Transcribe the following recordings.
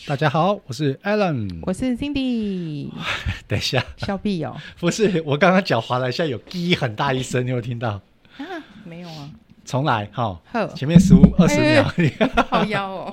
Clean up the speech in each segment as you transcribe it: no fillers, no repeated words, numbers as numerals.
大家好，我是 Alan， 我是 Cindy。 等一下， 小 B 哦， 不是，我刚刚脚滑了一下，有滴很大一声，你有听到？ 啊，没有啊。 重来，好， 好， 前面15-20秒。 好腰哦。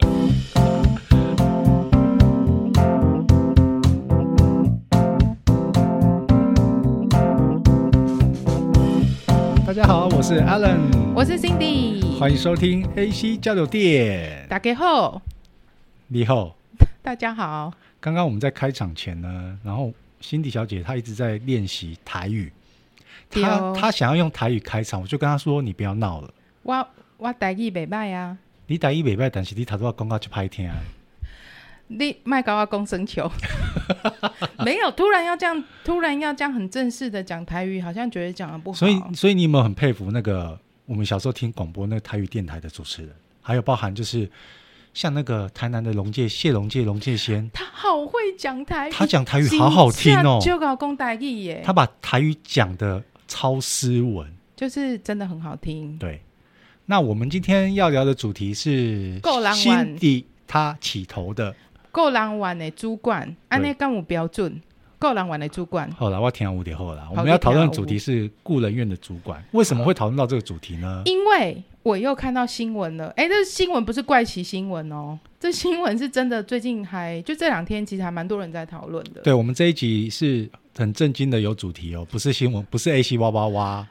大家好，我是 Alan， 我是 Cindy， 欢迎收听 AC 交流电。 大家好， 你好， 大家好。 刚刚我们在开场前呢，然后Cindy小姐她一直在练习台语，她想要用台语开场，我就跟她说：“你不要闹了。” 我台语不错啊。 你台语不错，但是你头拄仔讲到很歹听。 你别跟我讲生球。没有，突然要这样很正式的讲台语，好像觉得讲的不好。 所以你有没有很佩服那个我们小时候听广播那个台语电台的主持人，还有包含就是像那个台南的谢龙介先， 他好会讲台语， 他讲台语好好听哦， 就搞讲台语耶， 他把台语讲的超斯文， 就是真的很好听。 对，那我们今天要聊的主题是Cindy他起头的个人玩的主管，安尼敢有标准？个人玩的主管。 好了，我听有点好了。我们要讨论的主题是雇人院的主管，为什么会讨论到这个主题呢？ 因为我又看到新闻了，这新闻不是怪奇新闻哦，这新闻是真的，最近就这2天其实还蛮多人在讨论的。 对，我们这一集是很震惊的有主题哦，不是新闻，不是 AC 哇哇哇。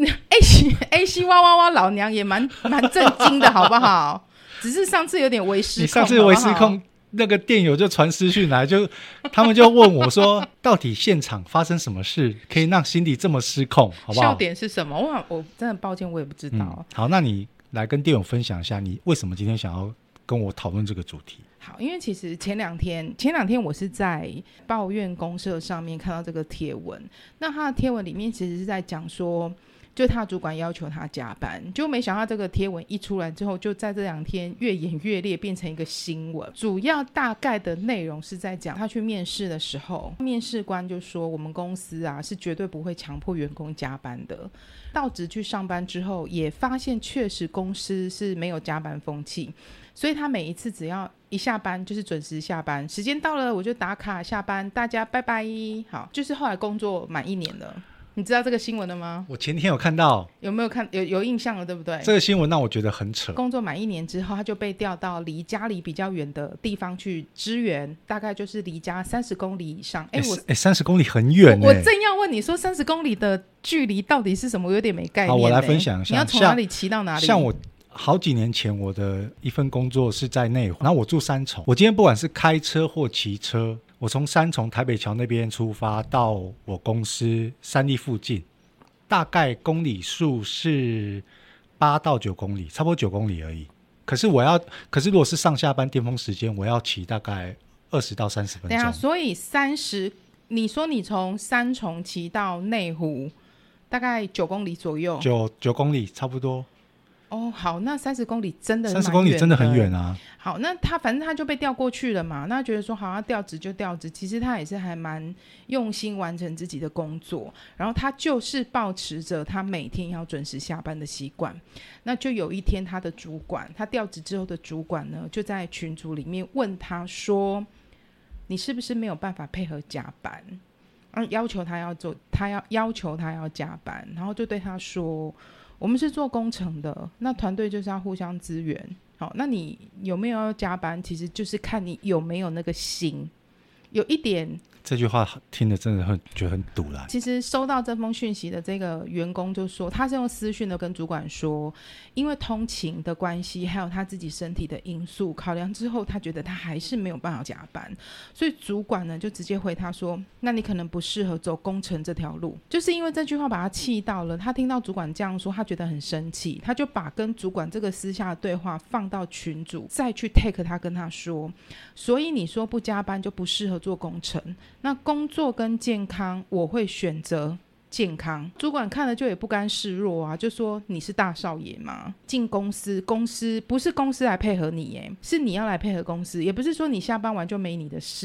AC 哇哇哇，老娘也蛮震惊的，好不好？只是上次有点微失控。 你上次微失控，那个电友就传私讯来，他们就问我说，到底现场发生什么事，可以让Cindy这么失控，好不好？ 笑点是什么？我真的抱歉，我也不知道。 好，那你来跟电友分享一下，你为什么今天想要跟我讨论这个主题？ 好，因为其实前两天我是在抱怨公社上面看到这个贴文，那他的贴文里面其实是在讲说，就他主管要求他加班，就没想到这个贴文一出来之后，就在这2天越演越烈，变成一个新闻。主要大概的内容是在讲他去面试的时候，面试官就说我们公司啊是绝对不会强迫员工加班的。到职去上班之后，也发现确实公司是没有加班风气，所以他每一次只要一下班就是准时下班，时间到了我就打卡下班，大家拜拜。好，就是后来工作满1年了。你知道这个新闻了吗？ 我前天有看到。 有没有看？有印象了，对不对？ 这个新闻让我觉得很扯。 工作满1年之后，他就被调到离家里比较远的地方去支援，大概就是离家30公里以上。 30公里很远。 我正要问你说30公里的距离到底是什么，我有点没概念。 好，我来分享一下。 你要从哪里骑到哪里？ 像我好几年前，我的一份工作是在内湖，然后我住3重。我今天不管是开车或骑车，我从3重台北桥那边出发到我公司三立附近，大概公里数是8到9公里，差不多9公里而已。可是如果是上下班巅峰时间，我要骑大概20到30分钟。 对啊，所以你说你从3重骑到内湖，大概9公里左右，9 公里差不多。 哦，好，那30公里真的蛮远的。 30公里真的很远啊。 好，那反正他就被调过去了嘛，那觉得说好要调职就调职，其实他也是还蛮用心完成自己的工作，然后他就是抱持着他每天要准时下班的习惯。那就有一天他调职之后的主管呢，就在群组里面问他说，你是不是没有办法配合加班？要求他要加班，然后就对他说，我们是做工程的，那团队就是要互相支援。好，那你有没有要加班，其实就是看你有没有那个心。有一点， 这句话听得真的觉得很堵啦。 其实收到这封讯息的这个员工就说，他是用私讯的跟主管说，因为通勤的关系，还有他自己身体的因素考量之后，他觉得他还是没有办法加班，所以主管呢就直接回他说，那你可能不适合走工程这条路。就是因为这句话把他气到了，他听到主管这样说，他觉得很生气，他就把跟主管这个私下的对话放到群组，再去 take 他跟他说，所以你说不加班就不适合做工程，那工作跟健康我会选择健康。主管看了就也不甘示弱啊，就说你是大少爷吗？进公司不是公司来配合你耶，是你要来配合公司，也不是说你下班完就没你的事，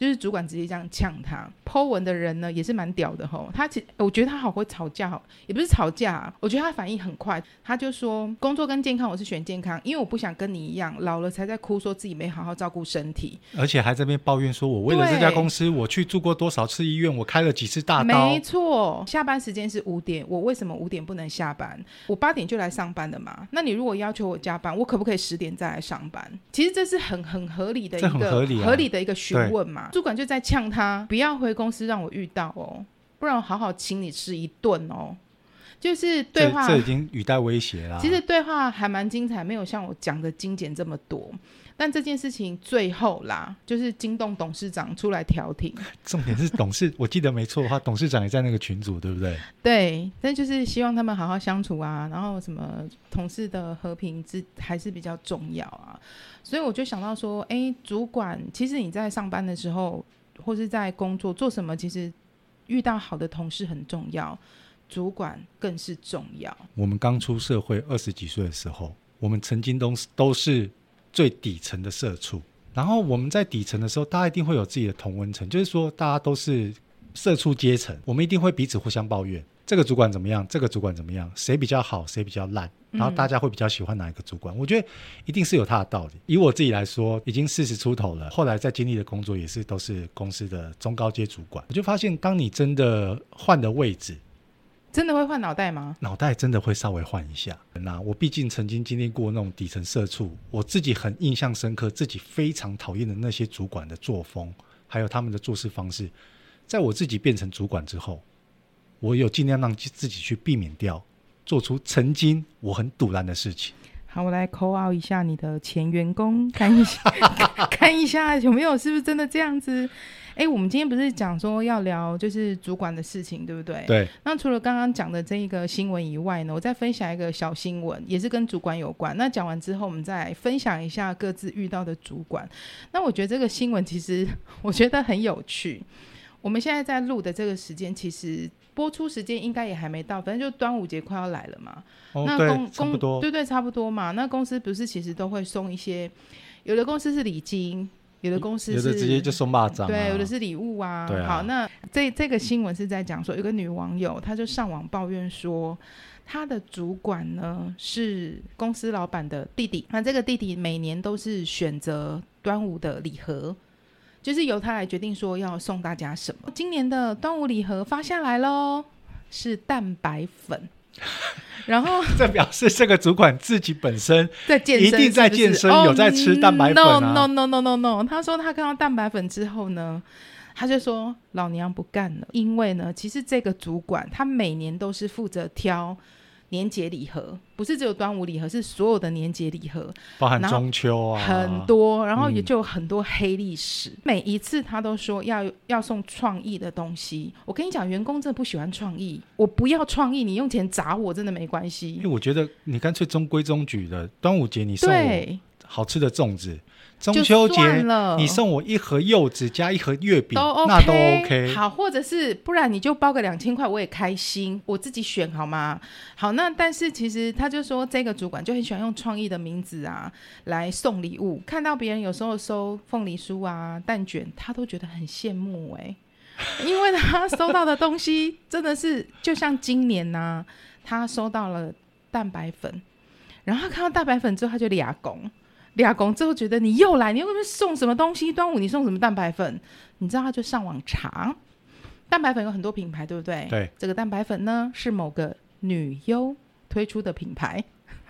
就是主管直接这样呛他。po 文的人呢也是蛮屌的吼，我觉得他好会吵架，也不是吵架，我觉得他反应很快。他就说工作跟健康我是选健康，因为我不想跟你一样老了才在哭说自己没好好照顾身体， 而且还在那边抱怨说我为了这家公司我去住过多少次医院，我开了几次大刀。 没错，下班时间是5点，我为什么5点不能下班？我8点就来上班的嘛，那你如果要求我加班，我可不可以10点再来上班？其实这是很合理的一个合理的一个询问嘛。主管就在呛他不要回公司让我遇到哦，不然我好好请你吃一顿哦。就是对话这已经语带威胁啦。 其实对话还蛮精彩，没有像我讲的精简这么多，但这件事情最后啦，就是惊动董事长出来调停。 重点是我记得没错的话，董事长也在那个群组，对不对？ 对，但就是希望他们好好相处啊，然后什么同事的和平还是比较重要啊。所以我就想到说，主管其实你在上班的时候或是在工作做什么，其实遇到好的同事很重要，主管更是重要。我们刚出社会20几岁的时候，我们曾经都是最底层的社畜，然后我们在底层的时候，大家一定会有自己的同温层，就是说大家都是社畜阶层，我们一定会彼此互相抱怨，这个主管怎么样，这个主管怎么样，谁比较好，谁比较烂，然后大家会比较喜欢哪一个主管。我觉得一定是有他的道理。以我自己来说，已经40出头了，后来在经历的工作也是都是公司的中高阶主管，我就发现当你真的换的位置， 真的会换脑袋吗？ 脑袋真的会稍微换一下。我毕竟曾经经历过那种底层社畜，我自己很印象深刻，自己非常讨厌的那些主管的作风，还有他们的做事方式。在我自己变成主管之后，我有尽量让自己去避免掉做出曾经我很赌烂的事情。 好，我来 call out 一下你的前员工，看一下看一下有没有是不是真的这样子。我们今天不是讲说要聊就是主管的事情，对不对？ 对。 那除了刚刚讲的这一个新闻以外呢，我再分享一个小新闻，也是跟主管有关。那讲完之后，我们再来分享一下各自遇到的主管。那我觉得这个新闻其实我觉得很有趣。我们现在在录的这个时间，其实播出时间应该也还没到，反正就端午节快要来了嘛。那对，差不多。 对，差不多嘛。那公司不是其实都会送一些，有的公司是礼金，有的公司是有的直接就送蚂蚱， 对，有的是礼物啊。对啊。好，那这个新闻是在讲说，有个女网友，她就上网抱怨说，她的主管呢是公司老板的弟弟，那这个弟弟每年都是选择端午的礼盒，就是由他来决定说要送大家什么。今年的端午礼盒发下来咯，是蛋白粉。然后这表示这个主管自己本身在健身， 一定在健身，有在吃蛋白粉啊。 No， 他说他看到蛋白粉之后呢，他就说老娘不干了。因为呢，其实这个主管他每年都是负责挑年节礼盒，不是只有端午礼盒，是所有的年节礼盒， 包含中秋啊， 很多，然后也就有很多黑历史。每一次他都说要送创意的东西。我跟你讲，员工真的不喜欢创意，我不要创意，你用钱砸我真的没关系。 因为我觉得你干脆中规中矩的，端午节你送我好吃的粽子，中秋节你送我一盒柚子加一盒月饼，那都 OK。 好，或者是不然你就包个2000块我也开心，我自己选好吗？好，那但是其实他就说这个主管就很喜欢用创意的名字啊来送礼物，看到别人有时候收凤梨酥啊蛋卷，他都觉得很羡慕因为他收到的东西真的是就像今年啊，他收到了蛋白粉，然后他看到蛋白粉之后他就俩公之后觉得你又来，你又送什么东西？端午你送什么蛋白粉？你知道他就上网查，蛋白粉有很多品牌，对不对？ 对， 这个蛋白粉呢是某个女优推出的品牌，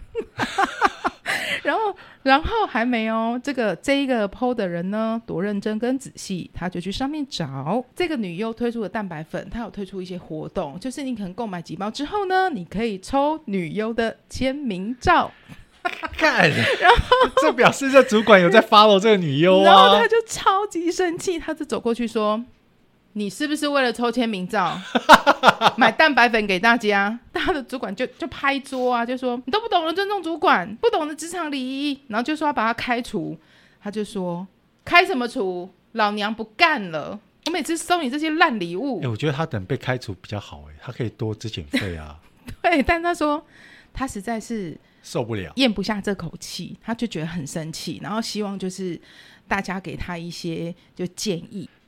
然后还没这一个 PO 的人呢多认真跟仔细，他就去上面找这个女优推出的蛋白粉，他有推出一些活动，就是你可能购买几包之后呢，你可以抽女优的签名照。 干，然后这表示这主管有在 follow 这个女优啊， 然后他就超级生气，他就走过去说，你是不是为了抽签名照买蛋白粉给大家？他的主管就拍桌啊，就说你都不懂得尊重主管，不懂得职场礼仪，然后就说要把他开除。他就说开什么除，老娘不干了，我每次收你这些烂礼物。 我觉得他等被开除比较好，他可以多支遣费啊。 对，但他说他实在是受不了， 咽不下这口气，他就觉得很生气，然后希望就是大家给他一些就建议。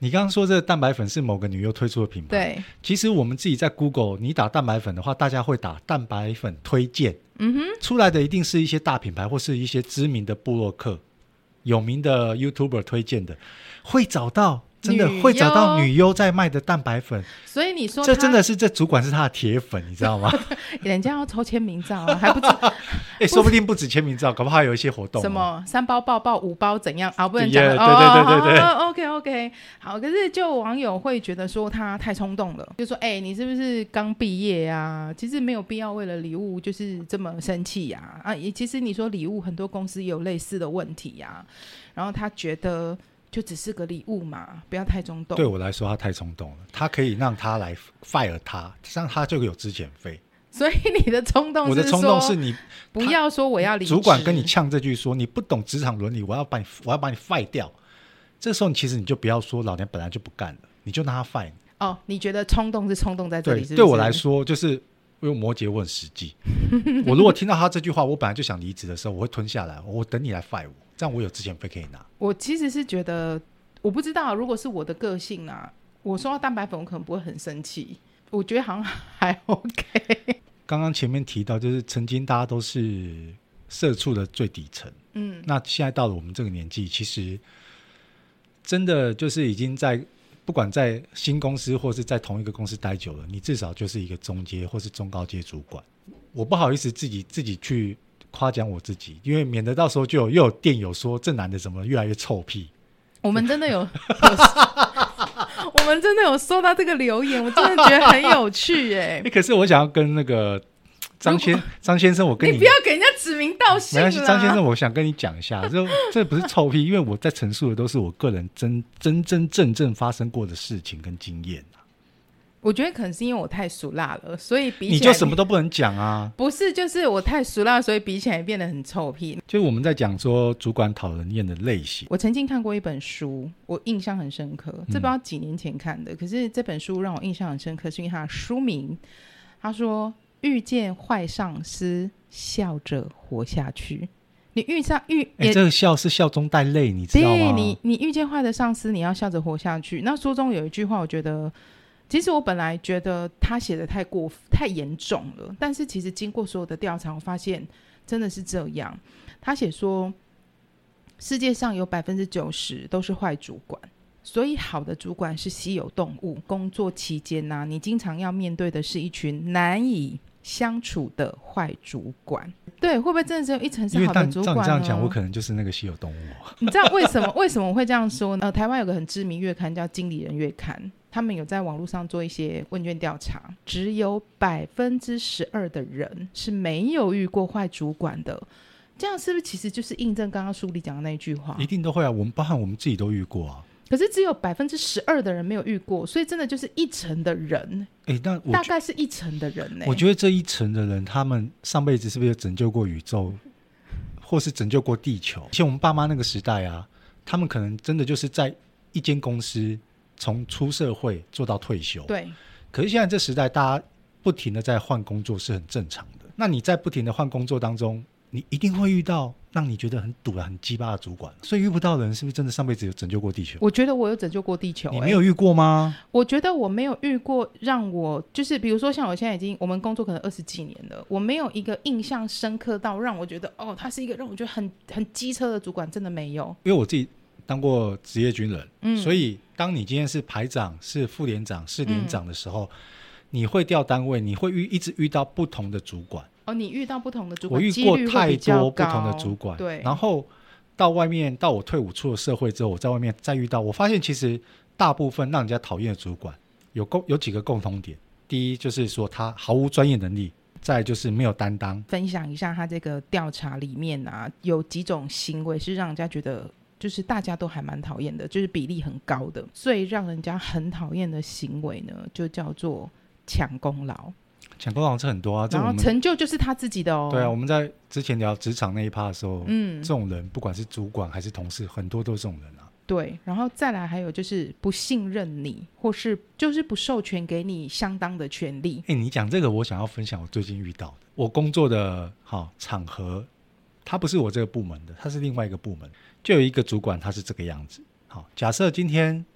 你刚刚说这个蛋白粉是某个女优推出的品牌， 对， 其实我们自己在 Google 你打蛋白粉的话，大家会打蛋白粉推荐，出来的一定是一些大品牌或是一些知名的部落客、有名的 YouTuber 推荐的，会找到真的会找到女优在卖的蛋白粉， 所以你说这真的是这主管是他的铁粉，你知道吗？ 人家要抽签名照啊，还不止说不定不止签名照，搞不好还有一些活动， 什么3包抱抱5包怎样啊？不能对讲对 OK， 好，可是就网友会觉得说他太冲动了，就说你是不是刚毕业啊？其实没有必要为了礼物就是这么生气呀其实你说礼物很多公司也有类似的问题呀，然后他觉得就只是个礼物嘛，不要太冲动。 对我来说他太冲动了，他可以让他来 fire 他，这样他就有资遣费。 所以你的冲动是说， 我的冲动是你不要说我要离职， 主管跟你呛这句说你不懂职场伦理，我要把你 fire 掉。这时候其实你就不要说老娘本来就不干了，你就让他 fire 你。 你觉得冲动是冲动在这里是不是？ 对我来说就是因为摩羯我很实际我如果听到他这句话，我本来就想离职的时候，我会吞下来，我等你来 fire 我，这样我有资遣费可以拿。 我其实是觉得，我不知道如果是我的个性啊，我收到蛋白粉我可能不会很生气，我觉得好像还 OK。 刚刚前面提到就是曾经大家都是社畜的最底层，那现在到了我们这个年纪，其实真的就是已经在不管在新公司或是在同一个公司待久了，你至少就是一个中阶或是中高阶主管。我不好意思自己去夸奖我自己，因为免得到时候又有店友说这男的怎么越来越臭屁。 我们真的有我们真的有收到这个留言，我真的觉得很有趣可是我想要跟那个张先生，我跟你不要给人家指名道姓啦。 没关系，张先生，我想跟你讲一下，这不是臭屁，因为我在陈述的都是我个人真正发生过的事情跟经验。 我觉得可能是因为我太俗辣了，所以比起来你就什么都不能讲啊。 不是，就是我太俗辣，所以比起来变得很臭屁。 就是我们在讲说主管讨人厌的类型。 我曾经看过一本书，我印象很深刻，这不知道几年前看的，可是这本书让我印象很深刻，是因为它的书名，他说遇见坏上司笑着活下去。你这个笑是笑中带泪，你知道吗？ 对，你遇见坏的上司，你要笑着活下去。那书中有一句话，我觉得其实我本来觉得他写的太严重了，但是其实经过所有的调查，我发现真的是这样。他写说世界上有 90% 都是坏主管，所以好的主管是稀有动物。工作期间啊，你经常要面对的是一群难以相处的坏主管。对，会不会真的只有一层是好的主管呢？ 因为照你这样讲，我可能就是那个稀有动物。 你知道为什么我会这样说呢？台湾有个很知名月刊叫《经理人月刊》，他们有在网络上做一些问卷调查，只有 12% 的人是没有遇过坏主管的。这样是不是其实就是印证刚刚书里讲的那一句话？ 一定都会啊，包含我们自己都遇过啊。 可是只有 12% 的人没有遇过，所以真的就是1成的人， 那大概是1成的人我觉得这1成的人，他们上辈子是不是有拯救过宇宙，或是拯救过地球？以前我们爸妈那个时代啊，他们可能真的就是在一间公司从出社会做到退休。 对。 可是现在这时代，大家不停的在换工作是很正常的。那你在不停的换工作当中，你一定会遇到让你觉得很堵很鸡巴的主管，所以遇不到的人是不是真的上辈子有拯救过地球？ 我觉得我有拯救过地球。 你没有遇过吗？ 我觉得我没有遇过让我就是比如说像我现在我们工作可能20几年了，我没有一个印象深刻到让我觉得他是一个让我觉得很机车的主管，真的没有。 因为我自己当过职业军人，所以当你今天是排长是副连长是连长的时候，你会调单位，你会一直遇到不同的主管。 你遇到不同的主管， 我遇过太多不同的主管。 对， 然后到外面，到我退伍出了社会之后，我在外面再遇到，我发现其实大部分让人家讨厌的主管有几个共同点。第一就是说他毫无专业能力，再来就是没有担当。 分享一下他这个调查里面啊，有几种行为是让人家觉得就是大家都还蛮讨厌的，就是比例很高的。最让人家很讨厌的行为呢，就叫做抢功劳。 抢功劳是很多啊， 然后成就就是他自己的哦。 对啊，我们在之前聊职场那一趴的时候，这种人不管是主管还是同事，很多都是这种人啊。 对，然后再来还有就是不信任你，或是就是不授权给你相当的权利。 你讲这个，我想要分享我最近遇到的。我工作的场合，他不是我这个部门的，他是另外一个部门，就有一个主管，他是这个样子。假设今天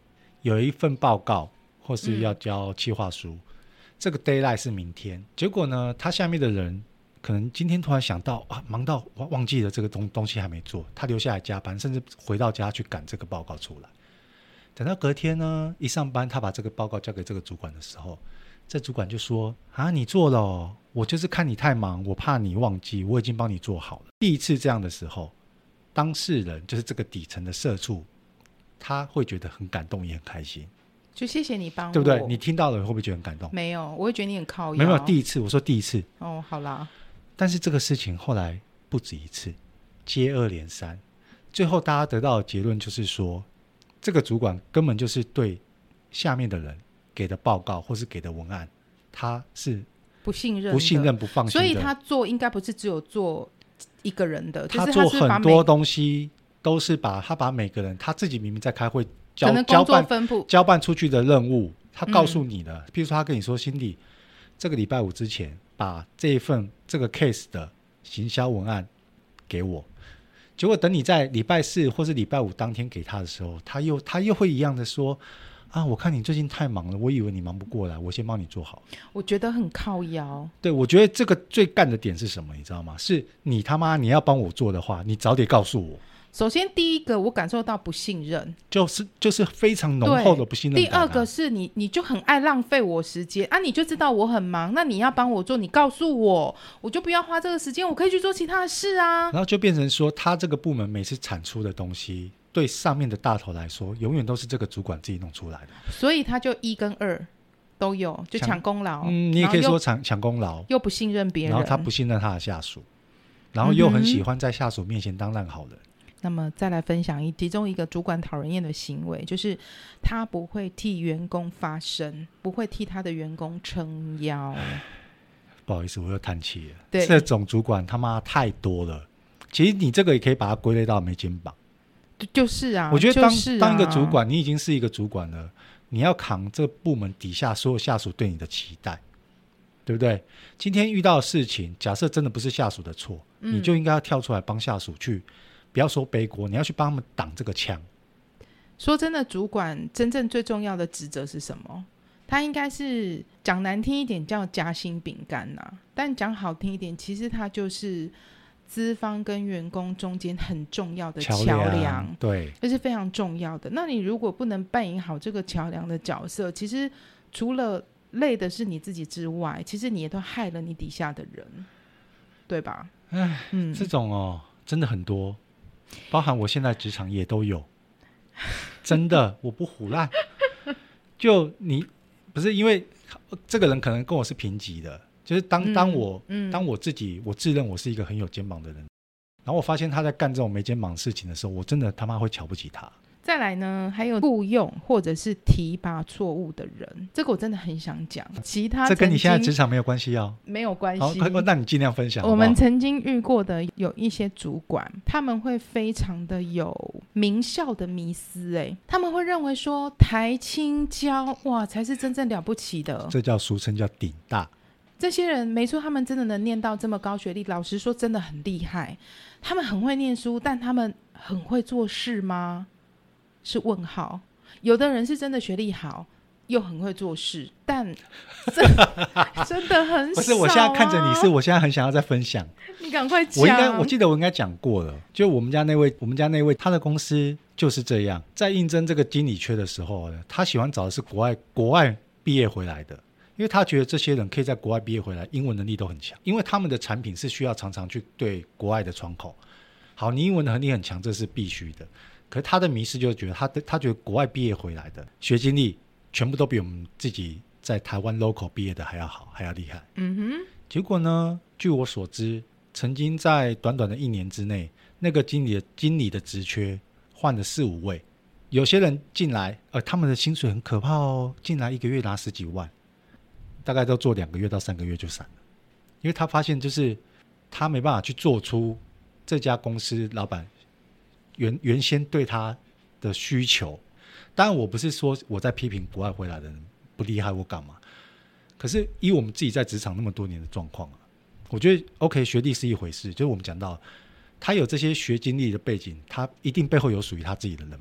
有一份报告或是要交企划书，这个 deadline 是明天，结果呢他下面的人可能今天突然想到忙到忘记了这个东西还没做，他留下来加班，甚至回到家去赶这个报告出来。等到隔天呢一上班，他把这个报告交给这个主管的时候，这主管就说你做了哦，我就是看你太忙，我怕你忘记，我已经帮你做好了。第一次这样的时候，当事人就是这个底层的社畜，他会觉得很感动也很开心， 就谢谢你帮我， 对不对？你听到了会不会觉得很感动？ 没有，我会觉得你很靠腰。 没有，第一次，我说第一次哦，好啦。 但是这个事情后来不止一次，接二连三，最后大家得到的结论就是说，这个主管根本就是对下面的人给的报告或是给的文案，他是不信任不放心的， 所以他做应该不是只有做一个人的， 他做很多东西都是他把每个人他自己明明在开会可能工作分布交办出去的任务，他告诉你的，比如说他跟你说，Cindy，这个礼拜五之前把这一份这个 case 的行销文案给我，结果等你在礼拜四或是礼拜五当天给他的时候，他又会一样的说我看你最近太忙了，我以为你忙不过来，我先帮你做好。 我觉得很靠腰。 对，我觉得这个最干的点是什么你知道吗？是你他妈你要帮我做的话，你早点告诉我。 首先第一个我感受到不信任， 就是非常浓厚的不信任感。 第二个是你就很爱浪费我时间你就知道我很忙，那你要帮我做，你告诉我，我就不要花这个时间，我可以去做其他的事啊。 然后就变成说他这个部门每次产出的东西，对上面的大头来说永远都是这个主管自己弄出来的， 所以他就1跟2都有，就抢功劳。 你也可以说抢功劳， 又不信任别人， 然后他不信任他的下属，然后又很喜欢在下属面前当烂好人。 那么再来分享其中一个主管讨人厌的行为，就是他不会替员工发声，不会替他的员工撑腰。 不好意思，我又叹气了。 对， 这种主管他妈太多了。其实你这个也可以把它归类到没肩膀。 就是啊， 我觉得当一个主管，你已经是一个主管了，你要扛这个部门底下所有下属对你的期待，对不对？今天遇到的事情，假设真的不是下属的错，你就应该要跳出来帮下属去，不要说背锅，你要去帮他们挡这个枪。 说真的，主管真正最重要的职责是什么？他应该是讲难听一点叫夹心饼干但讲好听一点，其实他就是资方跟员工中间很重要的桥梁， 对， 这是非常重要的。那你如果不能扮演好这个桥梁的角色，其实除了累的是你自己之外，其实你也都害了你底下的人，对吧？ 这种真的很多，包含我现在职场也都有，真的我不唬烂。就你不是因为这个人可能跟我是平级的，就是当我自己我自认我是一个很有肩膀的人，然后我发现他在干这种没肩膀的事情的时候，我真的他妈会瞧不起他。 再来呢，还有雇用或者是提拔错误的人，这个我真的很想讲。其他这跟你现在职场没有关系没有关系。 好，那你尽量分享好不好？ 我们曾经遇过的有一些主管，他们会非常的有名校的迷思，他们会认为说台清交哇才是真正了不起的， 这叫俗称叫顶大。 这些人没错，他们真的能念到这么高学历，老实说真的很厉害。他们很会念书，但他们很会做事吗？是问号。有的人是真的学历好又很会做事，但真的很少不是，我现在看着你，我现在很想要再分享。 你赶快讲。 我记得我应该讲过了，就我们家那位他的公司就是这样，在应征这个经理缺的时候，他喜欢找的是国外毕业回来的，因为他觉得这些人可以在国外毕业回来，英文能力都很强，因为他们的产品是需要常常去对国外的窗口。好，你英文能力很强，这是必须的。可是他的迷思就是觉得他觉得国外毕业回来的学经历全部都比我们自己在台湾 local 毕业的还要好，还要厉害。结果呢，据我所知，曾经在短短的1年之内，那个经理的职缺换了4、5位，有些人进来他们的薪水很可怕进来1个月拿10几万，大概都做2个月到3个月就散了，因为他发现就是他没办法去做出这家公司老板原先对他的需求。当然我不是说我在批评国外回来的人不厉害或干嘛，可是以我们自己在职场那么多年的状况我觉得 OK 学历是一回事，就是我们讲到他有这些学经历的背景，他一定背后有属于他自己的人脉。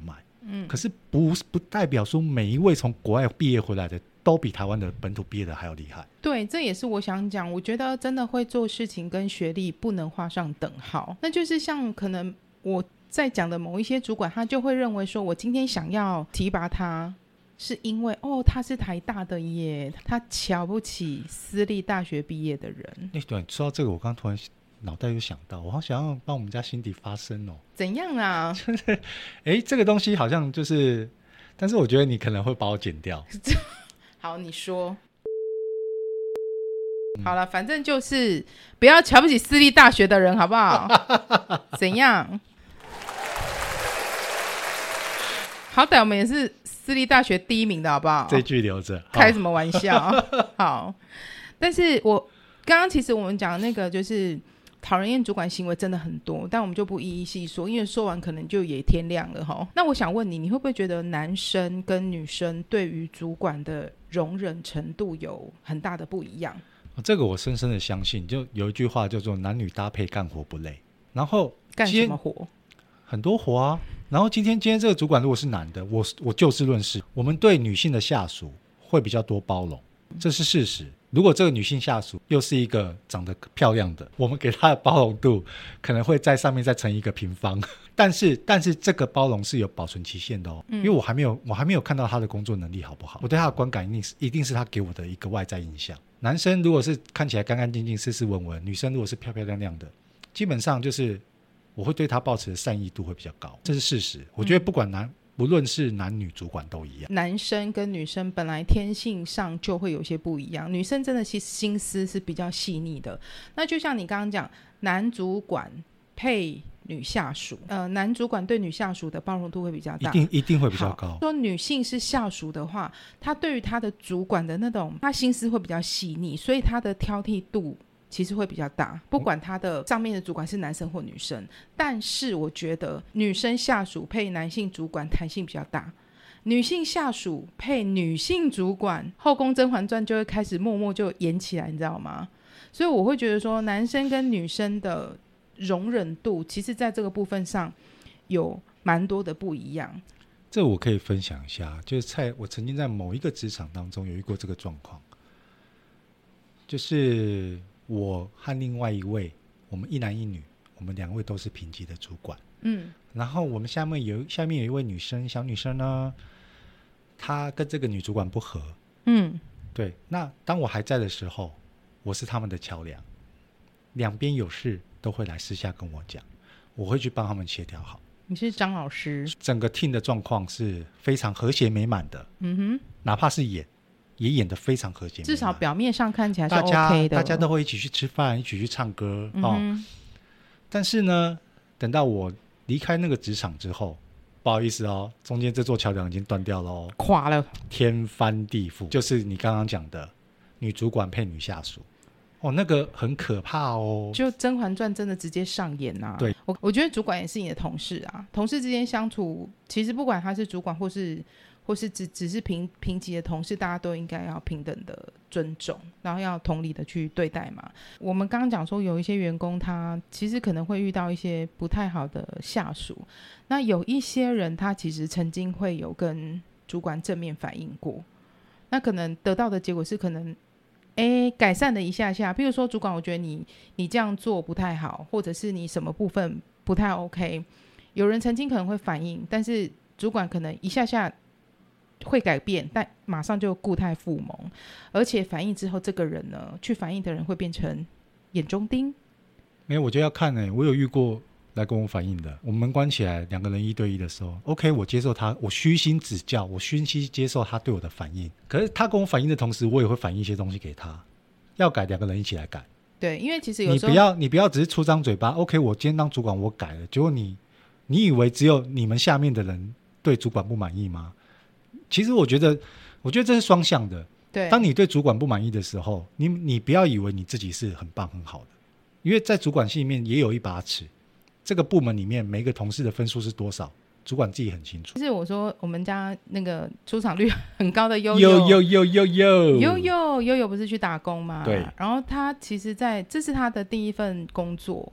可是不代表说每一位从国外毕业回来的都比台湾的本土毕业的还要厉害。 对，这也是我想讲，我觉得真的会做事情跟学历不能画上等号。那就是像可能我在讲的某一些主管，他就会认为说我今天想要提拔他是因为他是台大的耶，他瞧不起私立大学毕业的人。 对，说到这个我刚突然脑袋有想到，我好想要帮我们家辛迪发声哦。 怎样啊？ 这个东西好像就是，但是我觉得你可能会把我剪掉。 好，你说。好了，反正就是不要瞧不起私立大学的人，好不好？怎样？好歹我们也是私立大学第1名的，好不好？ 这句留着。 开什么玩笑？好，但是我刚刚其实我们讲的那个就是讨人厌主管行为真的很多，但我们就不一一细说，因为说完可能就也天亮了齁。那我想问你，你会不会觉得男生跟女生对于主管的容忍程度有很大的不一样？ 这个我深深的相信，就有一句话叫做男女搭配干活不累。然后干什么活？ 很多活啊。然后今天这个主管如果是男的，我就事论事，我们对女性的下属会比较多包容，这是事实。如果这个女性下属又是一个长得漂亮的，我们给她的包容度可能会在上面再乘一个平方。但是这个包容是有保存期限的哦，因为我还没有看到她的工作能力好不好，我对她的观感一定是她给我的一个外在印象。男生如果是看起来干干净净斯斯文文，女生如果是漂漂亮亮的，基本上就是我会对她抱持的善意度会比较高，这是事实。我觉得不论是男女主管都一样。 男生跟女生本来天性上就会有些不一样，女生真的其实心思是比较细腻的。那就像你刚刚讲，男主管配女下属，男主管对女下属的包容度会比较大， 一定会比较高。 说女性是下属的话，她对于她的主管的那种，她心思会比较细腻，所以她的挑剔度其实会比较大，不管他的上面的主管是男生或女生。但是我觉得女生下属配男性主管弹性比较大，女性下属配女性主管，后宫甄嬛传就会开始默默就演起来，你知道吗？所以我会觉得说男生跟女生的容忍度其实在这个部分上有蛮多的不一样。 这我可以分享一下，就是我曾经在某一个职场当中有遇过这个状况，就是我和另外一位，我们一男一女，我们2位都是平级的主管。然后我们下面有一位女生，小女生呢，她跟这个女主管不合。对。那当我还在的时候，我是他们的桥梁，两边有事都会来私下跟我讲，我会去帮他们协调好。 你是张老师， 整个 team 的状况是非常和谐美满的。哪怕是也演得非常和谐美满， 至少表面上看起来是 OK 的， 大家都会一起去吃饭，一起去唱歌。但是呢，等到我离开那个职场之后，不好意思哦，中间这座桥梁已经断掉了哦， 垮了， 天翻地覆。就是你刚刚讲的女主管配女下属，那个很可怕哦，就 《甄嬛传》真的直接上演啊。 对， 我觉得主管也是你的同事啊，同事之间相处，其实不管他是主管或是只是平级的同事，大家都应该要平等的尊重，然后要同理的去对待嘛。我们刚刚讲说有一些员工他其实可能会遇到一些不太好的下属，那有一些人他其实曾经会有跟主管正面反映过，那可能得到的结果是可能改善了一下下，比如说主管我觉得你这样做不太好，或者是你什么部分不太 OK， 有人曾经可能会反映，但是主管可能一下下会改变，但马上就固态复萌，而且反映之后这个人呢，去反映的人会变成眼中钉。 没有，我就要看我有遇过来跟我反映的，我们门关起来2个人1对1的时候 OK， 我接受他，我虚心指教，我虚心接受他对我的反应，可是他跟我反映的同时，我也会反映一些东西给他，要改2个人一起来改。 对，因为其实有时候你不要只是出张嘴巴 OK， 我今天当主管我改了，结果你以为只有你们下面的人对主管不满意吗？其实我觉得这是双向的。 对， 当你对主管不满意的时候，你不要以为你自己是很棒很好的，因为在主管系里面也有一把尺，这个部门里面每个同事的分数是多少，主管自己很清楚。 就是我说我们家那个出场率很高的悠悠不是去打工吗？ 对。 然后他其实这是他的第一份工作，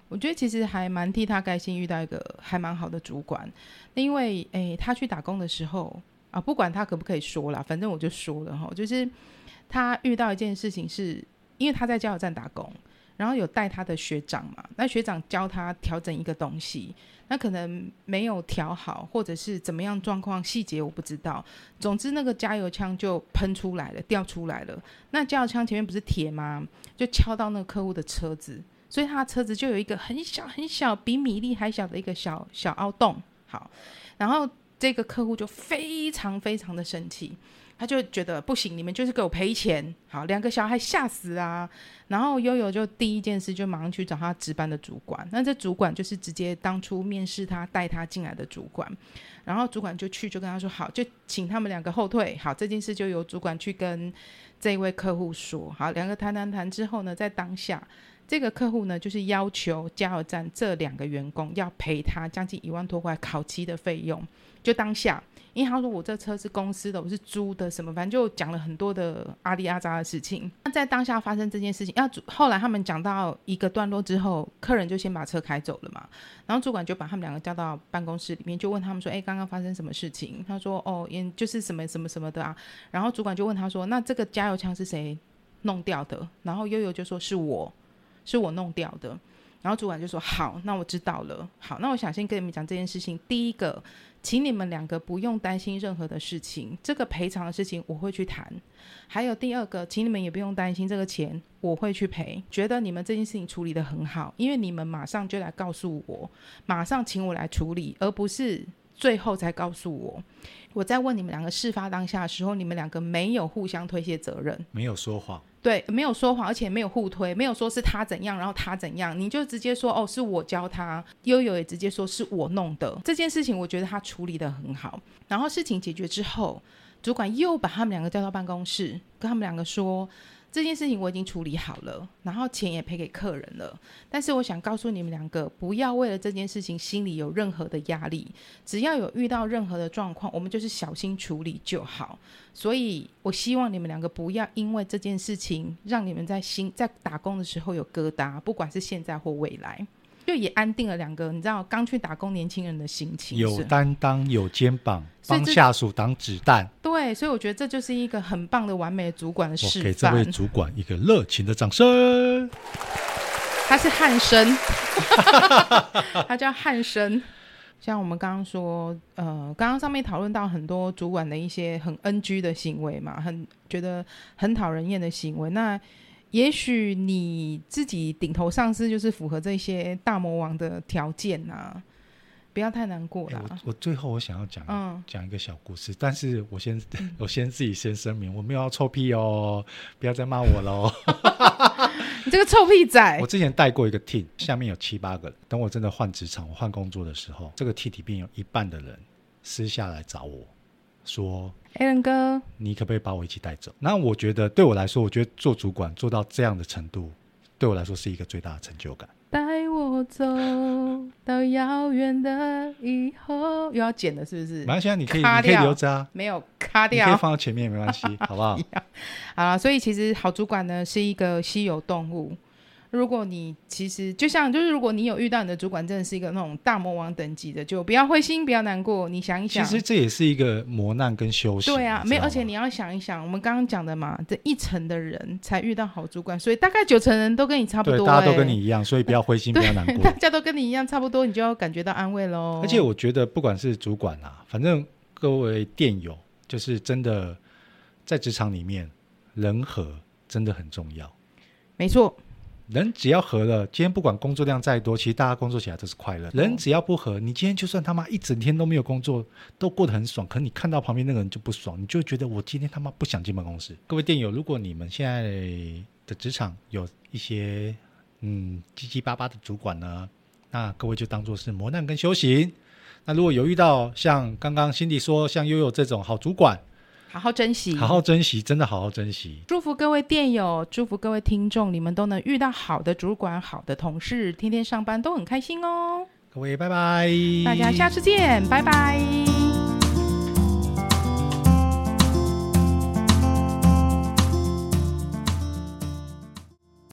我觉得其实还蛮替他开心，遇到一个还蛮好的主管。因为他去打工的时候啊，不管他可不可以说啦，反正我就说了哈，就是他遇到一件事情是，因为他在加油站打工，然后有带他的学长嘛，那学长教他调整一个东西，那可能没有调好，或者是怎么样状况，细节我不知道。总之那个加油枪就喷出来了，掉出来了。那加油枪前面不是铁吗？就敲到那个客户的车子，所以他的车子就有一个很小很小，比米粒还小的一个小凹洞。好，然后这个客户就非常非常的生气。他就觉得不行，你们就是给我赔钱。好，2个小孩吓死啊！然后悠悠就第一件事就马上去找他值班的主管，那这主管就是直接当初面试他带他进来的主管，然后主管就跟他说好，就请他们2个后退。好，这件事就由主管去跟这一位客户说。好，2个谈之后呢，在当下这个客户呢就是要求加油站这2个员工要赔他将近1万多块烤漆的费用，就当下。因为他说我这车是公司的，我是租的，什么反正就讲了很多的阿里阿扎的事情。那在当下发生这件事情，后来他们讲到一个段落之后，客人就先把车开走了嘛，然后主管就把他们2个叫到办公室里面，就问他们说刚刚发生什么事情。他说就是什么什么什么的啊。然后主管就问他说那这个加油枪是谁弄掉的？然后悠悠就说是我弄掉的。然后主管就说好，那我知道了。好，那我想先跟你们讲这件事情。第一个，请你们2个不用担心任何的事情，这个赔偿的事情我会去谈。还有第二个，请你们也不用担心这个钱我会去赔。觉得你们这件事情处理得很好，因为你们马上就来告诉我，马上请我来处理，而不是最后才告诉我。我在问你们2个事发当下的时候，你们2个没有互相推卸责任， 没有说谎。 对，没有说谎，而且没有互推，没有说是他怎样然后他怎样，你就直接说是我教他。悠悠也直接说是我弄的。这件事情我觉得他处理得很好。然后事情解决之后，主管又把他们2个叫到办公室，跟他们2个说这件事情我已经处理好了，然后钱也赔给客人了，但是我想告诉你们2个，不要为了这件事情心里有任何的压力，只要有遇到任何的状况，我们就是小心处理就好。所以我希望你们2个不要因为这件事情让你们在打工的时候有疙瘩，不管是现在或未来，就也安定了2个你知道刚去打工年轻人的心情， 有担当有肩膀，帮下属挡子弹。 对，所以我觉得这就是一个很棒的完美的主管的示范。 给这位主管一个热情的掌声。 他是汉生他叫汉生。像我们刚刚说刚刚上面讨论到很多主管的一些很 NG 的行为嘛，觉得很讨人厌的行为。那也许你自己顶头上司就是符合这些大魔王的条件啊，不要太难过啦。 我最后我想要讲一个小故事，但是我先自己先声明，我没有要臭屁哦，不要再骂我咯你这个臭屁仔。 我之前带过一个 team， 下面有7-8个人，等我真的换职场我换工作的时候，这个 team 里面有一半的人私下来找我说 Alan 哥， 你可不可以把我一起带走？那我觉得对我来说，我觉得做主管做到这样的程度，对我来说是一个最大的成就感。 带我走到遥远的以后，又要剪了是不是？ 没关系，你可以留着啊， 没有卡掉， 你可以放到前面没关系好不好？ 好啦，所以其实好主管呢是一个稀有动物。如果你其实就是如果你有遇到你的主管真的是一个那种大魔王等级的，就不要灰心不要难过，你想一想， 其实这也是一个磨难跟修行。 对啊，没有，而且你要想一想我们刚刚讲的嘛，这1成的人才遇到好主管，所以大概9成人都跟你差不多， 对，大家都跟你一样，所以不要灰心不要难过， 大家都跟你一样差不多，你就要感觉到安慰咯。 而且我觉得不管是主管啊，反正各位店友就是真的在职场里面人和真的很重要。 没错， 人只要和了，今天不管工作量再多，其实大家工作起来都是快乐。人只要不和，你今天就算他妈一整天都没有工作，都过得很爽，可你看到旁边那个人就不爽，你就觉得我今天他妈不想进办公室。各位店友，如果你们现在的职场有一些唧唧巴巴的主管呢，那各位就当作是磨难跟修行。那如果有遇到像刚刚Cindy说像悠悠这种好主管， 好好珍惜， 好好珍惜，真的好好珍惜。 祝福各位店友，祝福各位听众，你们都能遇到好的主管好的同事，天天上班都很开心哦。 各位拜拜， 大家下次见，拜拜。